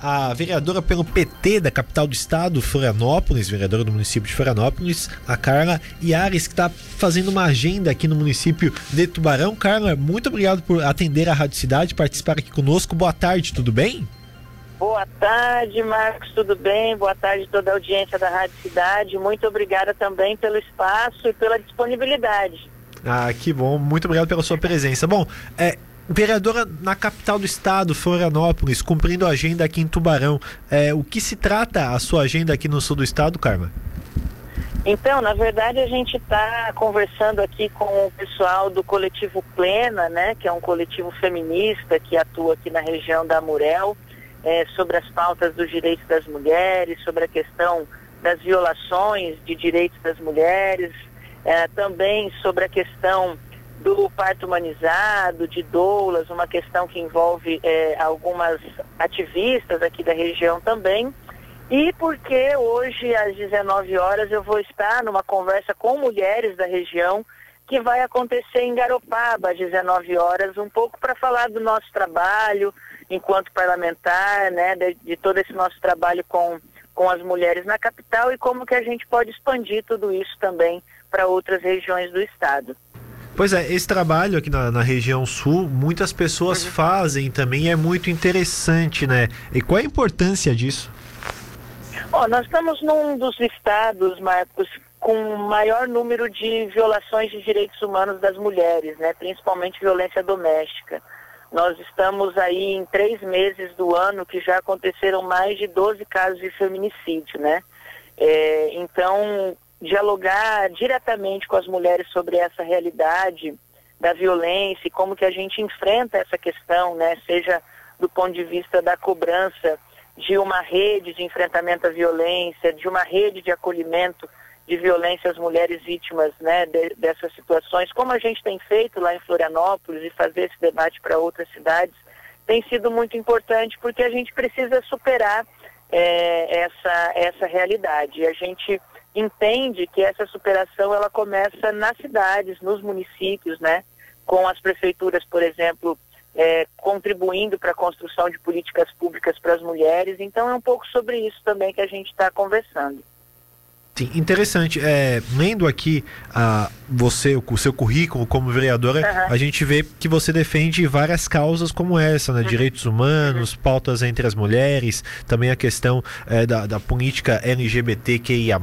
a vereadora pelo PT da capital do estado, Florianópolis, vereadora do município de Florianópolis, a Carla Yares, que está fazendo uma agenda aqui no município de Tubarão. Carla, muito obrigado por atender a Rádio Cidade, participar aqui conosco. Boa tarde, tudo bem? Boa tarde, Marcos, tudo bem? Boa tarde a toda a audiência da Rádio Cidade. Muito obrigada também pelo espaço e pela disponibilidade. Ah, que bom. Muito obrigado pela sua presença. Bom, vereadora na capital do estado, Florianópolis, cumprindo a agenda aqui em Tubarão. O que se trata a sua agenda aqui no sul do estado, Carla? Então, na verdade, a gente está conversando aqui com o pessoal do coletivo Plena, né, que é um coletivo feminista que atua aqui na região da Amurel, sobre as pautas dos direitos das mulheres, sobre a questão das violações de direitos das mulheres, também sobre a questão do parto humanizado, de doulas, uma questão que envolve algumas ativistas aqui da região também. E porque hoje, às 19 horas, eu vou estar numa conversa com mulheres da região que vai acontecer em Garopaba, às 19 horas, um pouco para falar do nosso trabalho enquanto parlamentar, né, de todo esse nosso trabalho com as mulheres na capital e como que a gente pode expandir tudo isso também para outras regiões do estado. Pois é, esse trabalho aqui na região sul, muitas pessoas fazem também, é muito interessante, né? E qual é a importância disso? Nós estamos num dos estados, Marcos, com maior número de violações de direitos humanos das mulheres, né? Principalmente violência doméstica. Nós estamos aí em 3 meses do ano que já aconteceram mais de 12 casos de feminicídio, né? Então, dialogar diretamente com as mulheres sobre essa realidade da violência e como que a gente enfrenta essa questão, né? Seja do ponto de vista da cobrança de uma rede de enfrentamento à violência, de uma rede de acolhimento de violência às mulheres vítimas, né, dessas situações, como a gente tem feito lá em Florianópolis, e fazer esse debate para outras cidades, tem sido muito importante porque a gente precisa superar essa realidade. A gente entende que essa superação ela começa nas cidades, nos municípios, né, com as prefeituras, por exemplo, contribuindo para a construção de políticas públicas para as mulheres. Então é um pouco sobre isso também que a gente está conversando. Sim, interessante. Lendo aqui o seu currículo como vereadora, a gente vê que você defende várias causas como essa, né? Direitos humanos, pautas entre as mulheres, também a questão da política LGBTQIA+.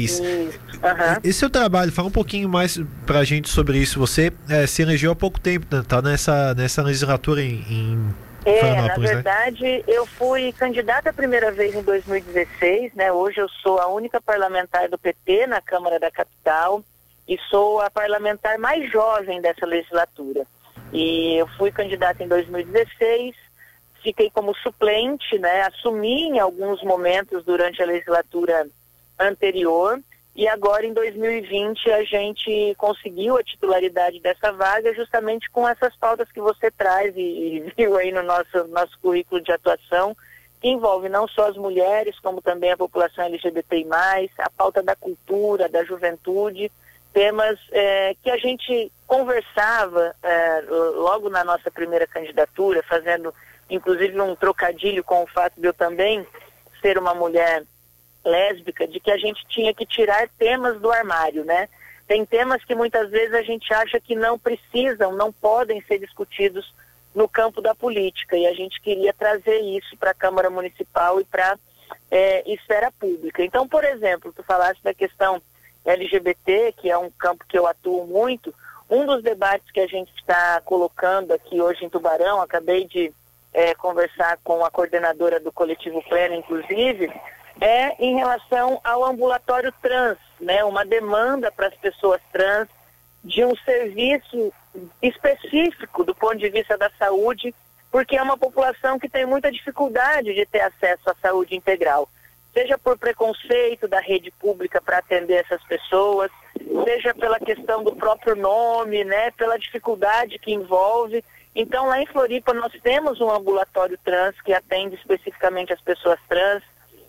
Esse seu trabalho, fala um pouquinho mais pra gente sobre isso. Você se elegeu há pouco tempo, né? Tá nessa legislatura em na verdade, né? Eu fui candidata a primeira vez em 2016, né? Hoje eu sou a única parlamentar do PT na Câmara da Capital e sou a parlamentar mais jovem dessa legislatura. E eu fui candidata em 2016, fiquei como suplente, né? Assumi em alguns momentos durante a legislatura anterior. E agora, em 2020, a gente conseguiu a titularidade dessa vaga justamente com essas pautas que você traz e viu aí no nosso currículo de atuação, que envolve não só as mulheres, como também a população LGBTI+, a pauta da cultura, da juventude, temas que a gente conversava logo na nossa primeira candidatura, fazendo inclusive um trocadilho com o fato de eu também ser uma mulher lésbica, de que a gente tinha que tirar temas do armário, né? Tem temas que muitas vezes a gente acha que não precisam, não podem ser discutidos no campo da política, e a gente queria trazer isso para a Câmara Municipal e para esfera pública. Então, por exemplo, tu falaste da questão LGBT, que é um campo que eu atuo muito. Um dos debates que a gente está colocando aqui hoje em Tubarão, acabei de conversar com a coordenadora do coletivo Plena, inclusive, em relação ao ambulatório trans, né? Uma demanda para as pessoas trans de um serviço específico do ponto de vista da saúde, porque é uma população que tem muita dificuldade de ter acesso à saúde integral, seja por preconceito da rede pública para atender essas pessoas, seja pela questão do próprio nome, né? Pela dificuldade que envolve. Então, lá em Floripa, nós temos um ambulatório trans que atende especificamente as pessoas trans.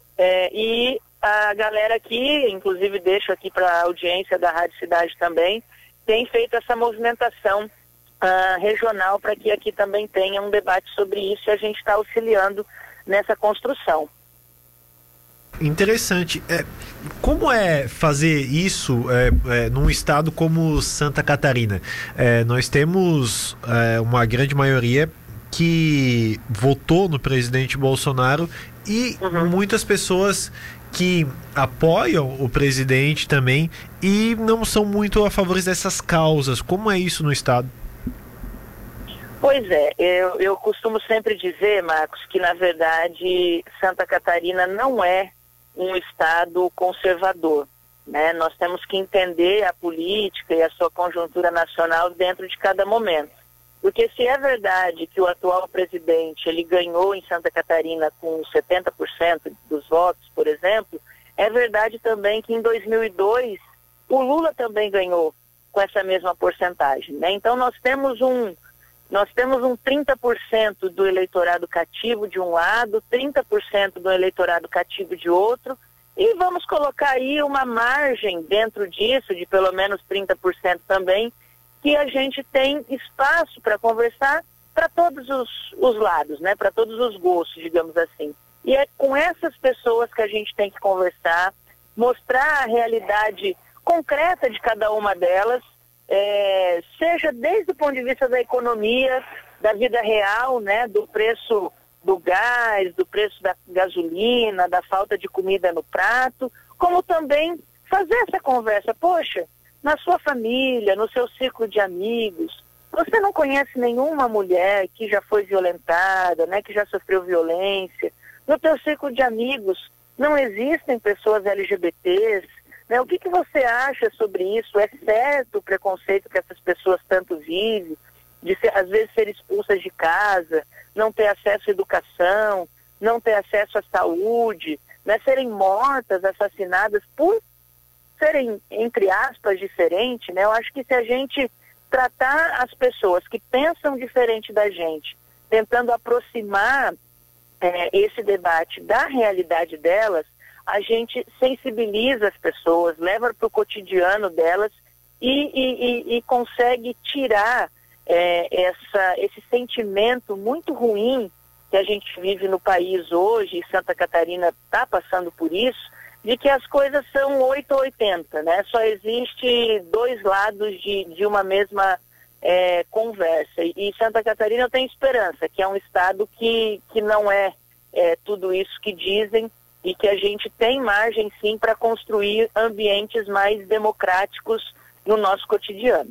E a galera aqui, inclusive deixo aqui para a audiência da Rádio Cidade também, tem feito essa movimentação regional para que aqui também tenha um debate sobre isso, e a gente está auxiliando nessa construção. Interessante. Como é fazer isso num estado como Santa Catarina? Nós temos uma grande maioria que votou no presidente Bolsonaro e muitas pessoas que apoiam o presidente também e não são muito a favor dessas causas. Como é isso no estado? Pois é, eu costumo sempre dizer, Marcos, que na verdade Santa Catarina não é um estado conservador, né? Nós temos que entender a política e a sua conjuntura nacional dentro de cada momento. Porque se é verdade que o atual presidente ele ganhou em Santa Catarina com 70% dos votos, por exemplo, é verdade também que em 2002 o Lula também ganhou com essa mesma porcentagem, né? Então nós temos um 30% do eleitorado cativo de um lado, 30% do eleitorado cativo de outro, e vamos colocar aí uma margem dentro disso, de pelo menos 30% também, que a gente tem espaço para conversar para todos os lados, né? Para todos os gostos, digamos assim. E é com essas pessoas que a gente tem que conversar, mostrar a realidade concreta de cada uma delas, seja desde o ponto de vista da economia, da vida real, né, do preço do gás, do preço da gasolina, da falta de comida no prato, como também fazer essa conversa. Poxa, na sua família, no seu círculo de amigos, você não conhece nenhuma mulher que já foi violentada, né, que já sofreu violência? No teu círculo de amigos não existem pessoas LGBTs? Né? O que você acha sobre isso? É certo o preconceito que essas pessoas tanto vivem, de às vezes ser expulsas de casa, não ter acesso à educação, não ter acesso à saúde, né? Serem mortas, assassinadas por serem, entre aspas, diferentes, né? Eu acho que se a gente tratar as pessoas que pensam diferente da gente, tentando aproximar esse debate da realidade delas, a gente sensibiliza as pessoas, leva para o cotidiano delas e consegue tirar esse sentimento muito ruim que a gente vive no país hoje, e Santa Catarina está passando por isso, de que as coisas são 8 ou 80, né? Só existe dois lados de uma mesma conversa. E Santa Catarina eu tenho esperança, que é um estado que não é tudo isso que dizem, e que a gente tem margem sim para construir ambientes mais democráticos no nosso cotidiano.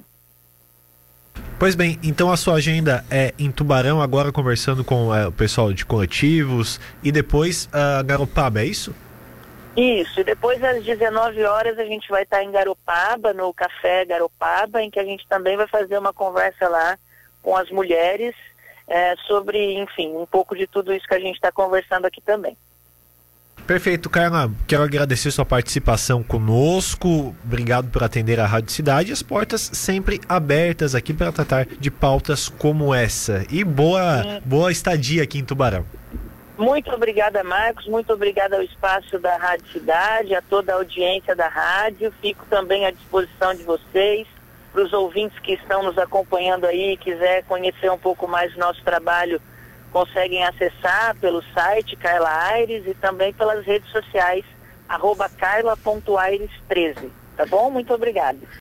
Pois bem, então a sua agenda é em Tubarão, agora conversando com o pessoal de coletivos, e depois Garopaba, é isso? Isso, e depois às 19 horas a gente vai estar em Garopaba, no Café Garopaba, em que a gente também vai fazer uma conversa lá com as mulheres sobre, enfim, um pouco de tudo isso que a gente está conversando aqui também. Perfeito, Carla. Quero agradecer sua participação conosco. Obrigado por atender a Rádio Cidade. As portas sempre abertas aqui para tratar de pautas como essa. E boa estadia aqui em Tubarão. Muito obrigada, Marcos. Muito obrigada ao espaço da Rádio Cidade, a toda a audiência da rádio. Fico também à disposição de vocês, para os ouvintes que estão nos acompanhando aí e quiser conhecer um pouco mais do nosso trabalho, conseguem acessar pelo site Carla Aires e também pelas redes sociais @carla.aires13, tá bom? Muito obrigada.